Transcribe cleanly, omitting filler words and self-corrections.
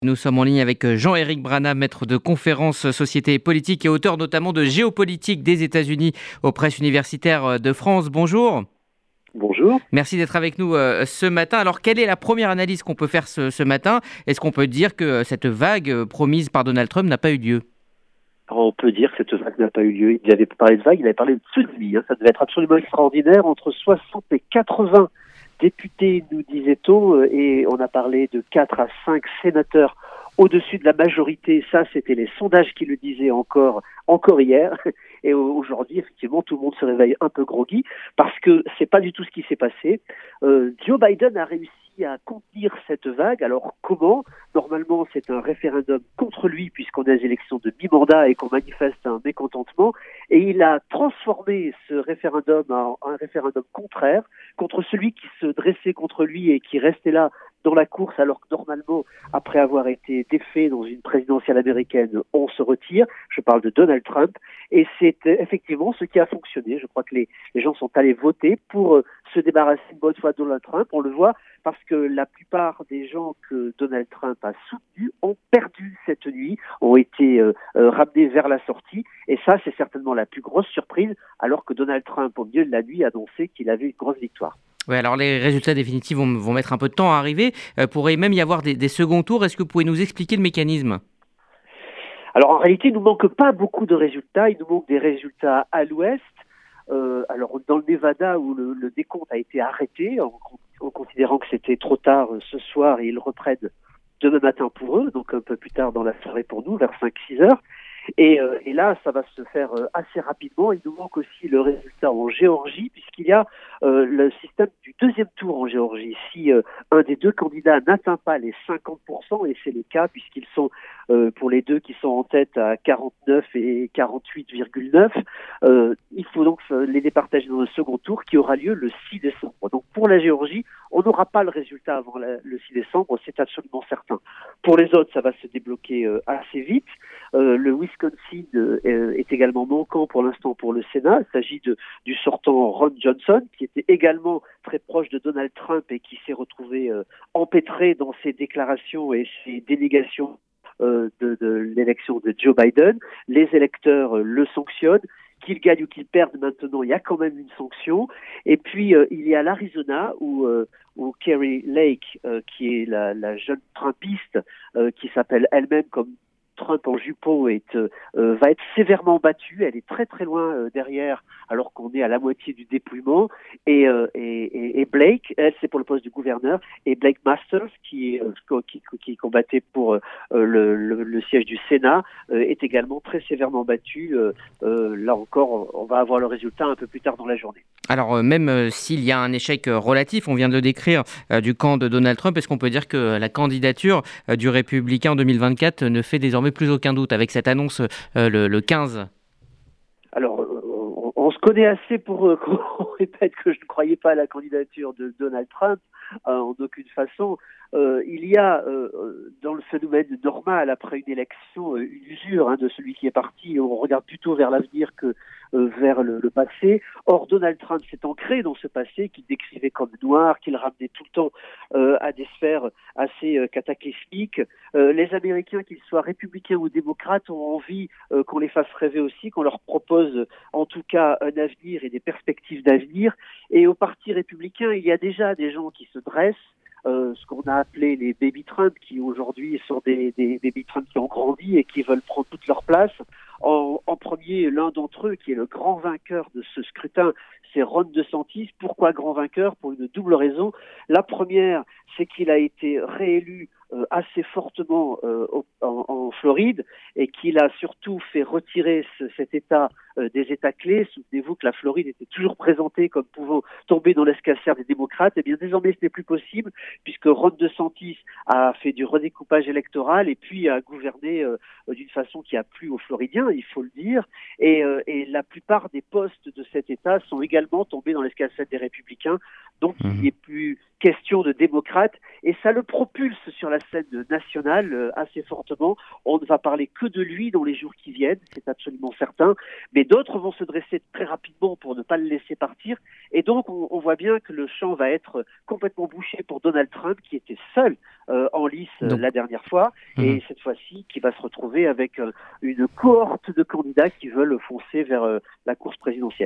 Nous sommes en ligne avec Jean-Éric Brana, maître de conférences société et politique et auteur notamment de Géopolitique des États-Unis aux presses universitaires de France. Bonjour. Bonjour. Merci d'être avec nous ce matin. Alors, quelle est la première analyse qu'on peut faire ce matin? Est-ce qu'on peut dire que cette vague promise par Donald Trump n'a pas eu lieu? Alors, on peut dire que cette vague n'a pas eu lieu. Il avait parlé de vague, il avait parlé de tsunami. Ça devait être absolument extraordinaire. Entre 60 et 80 députés, nous disait-on, et on a parlé de 4 à 5 sénateurs au-dessus de la majorité. Ça, c'était les sondages qui le disaient encore hier. Et aujourd'hui, effectivement, tout le monde se réveille un peu groggy parce que c'est pas du tout ce qui s'est passé. Joe Biden a réussi à contenir cette vague. Alors comment? Normalement, c'est un référendum contre lui puisqu'on a des élections de mi-mandat et qu'on manifeste un mécontentement. Et il a transformé ce référendum en un référendum contraire, contre celui qui se dressait contre lui et qui restait là dans la course, alors que normalement, après avoir été défait dans une présidentielle américaine, on se retire. Je parle de Donald Trump. Et c'est effectivement ce qui a fonctionné. Je crois que les gens sont allés voter pour se débarrasser une bonne fois de Donald Trump. On le voit parce que la plupart des gens que Donald Trump a soutenus ont perdu cette nuit, ont été ramenés vers la sortie. Et ça, c'est certainement la plus grosse surprise, alors que Donald Trump, au milieu de la nuit, a annoncé qu'il avait une grosse victoire. Oui, alors les résultats définitifs vont mettre un peu de temps à arriver. Pourrait même y avoir des seconds tours. Est-ce que vous pouvez nous expliquer le mécanisme? Alors en réalité, il ne nous manque pas beaucoup de résultats. Il nous manque des résultats à l'ouest. Alors dans le Nevada, où le décompte a été arrêté, en considérant que c'était trop tard ce soir, et ils reprennent demain matin pour eux, donc un peu plus tard dans la soirée pour nous, vers 5-6 heures. Et là, ça va se faire assez rapidement. Il nous manque aussi le résultat en Géorgie, puisqu'il y a le système du deuxième tour en Géorgie. Si un des deux candidats n'atteint pas les 50%, et c'est le cas, puisqu'ils sont, pour les deux qui sont en tête, à 49 et 48,9, il faut donc les départager dans le second tour qui aura lieu le 6 décembre. Donc pour la Géorgie, on n'aura pas le résultat avant le 6 décembre, c'est absolument certain. Pour les autres, ça va se débloquer assez vite. Le Wisconsin est également manquant pour l'instant pour le Sénat. Il s'agit du sortant Ron Johnson, qui était également très proche de Donald Trump et qui s'est retrouvé empêtré dans ses déclarations et ses dénégations de l'élection de Joe Biden. Les électeurs le sanctionnent. Qu'il gagne ou qu'il perde maintenant, il y a quand même une sanction. Et puis, il y a l'Arizona où Kari Lake, qui est la jeune Trumpiste, qui s'appelle elle-même comme Trump en jupon, va être sévèrement battue. Elle est très très loin derrière, alors qu'on est à la moitié du dépouillement. Et Blake, elle, c'est pour le poste du gouverneur. Et Blake Masters, qui combattait pour le siège du Sénat, est également très sévèrement battu. Là encore, on va avoir le résultat un peu plus tard dans la journée. Alors, même s'il y a un échec relatif, on vient de le décrire, du camp de Donald Trump, est-ce qu'on peut dire que la candidature du républicain en 2024 ne fait désormais plus aucun doute avec cette annonce le 15? Alors, on se connaît assez pour qu'on répète que je ne croyais pas à la candidature de Donald Trump en aucune façon. Il y a dans le phénomène normal après une élection une usure de celui qui est parti. On regarde plutôt vers l'avenir que vers le passé. Or, Donald Trump s'est ancré dans ce passé qu'il décrivait comme noir, qu'il ramenait tout le temps à des sphères assez cataclysmiques. Les Américains, qu'ils soient républicains ou démocrates, ont envie qu'on les fasse rêver aussi, qu'on leur propose en tout cas un avenir et des perspectives d'avenir. Et au Parti républicain, il y a déjà des gens qui se dressent, ce qu'on a appelé les baby Trump, qui aujourd'hui sont des baby Trump qui ont grandi et qui veulent prendre toute leur place. En premier, l'un d'entre eux, qui est le grand vainqueur de ce scrutin, c'est Ron DeSantis. Pourquoi grand vainqueur? Pour une double raison. La première, c'est qu'il a été réélu assez fortement en Floride et qu'il a surtout fait retirer cet État des États clés. Souvenez-vous que la Floride était toujours présentée comme pouvant tomber dans l'escassaire des démocrates. Eh bien, désormais, ce n'est plus possible puisque Ron DeSantis a fait du redécoupage électoral et puis a gouverné d'une façon qui a plu aux Floridiens, il faut le dire. Et la plupart des postes de cet État sont également tombés dans l'escassaire des républicains Donc il n'est plus question de démocrate et ça le propulse sur la scène nationale assez fortement. On ne va parler que de lui dans les jours qui viennent, c'est absolument certain, mais d'autres vont se dresser très rapidement pour ne pas le laisser partir et donc on voit bien que le champ va être complètement bouché pour Donald Trump qui était seul en lice la dernière fois et cette fois-ci qui va se retrouver avec une cohorte de candidats qui veulent foncer vers la course présidentielle.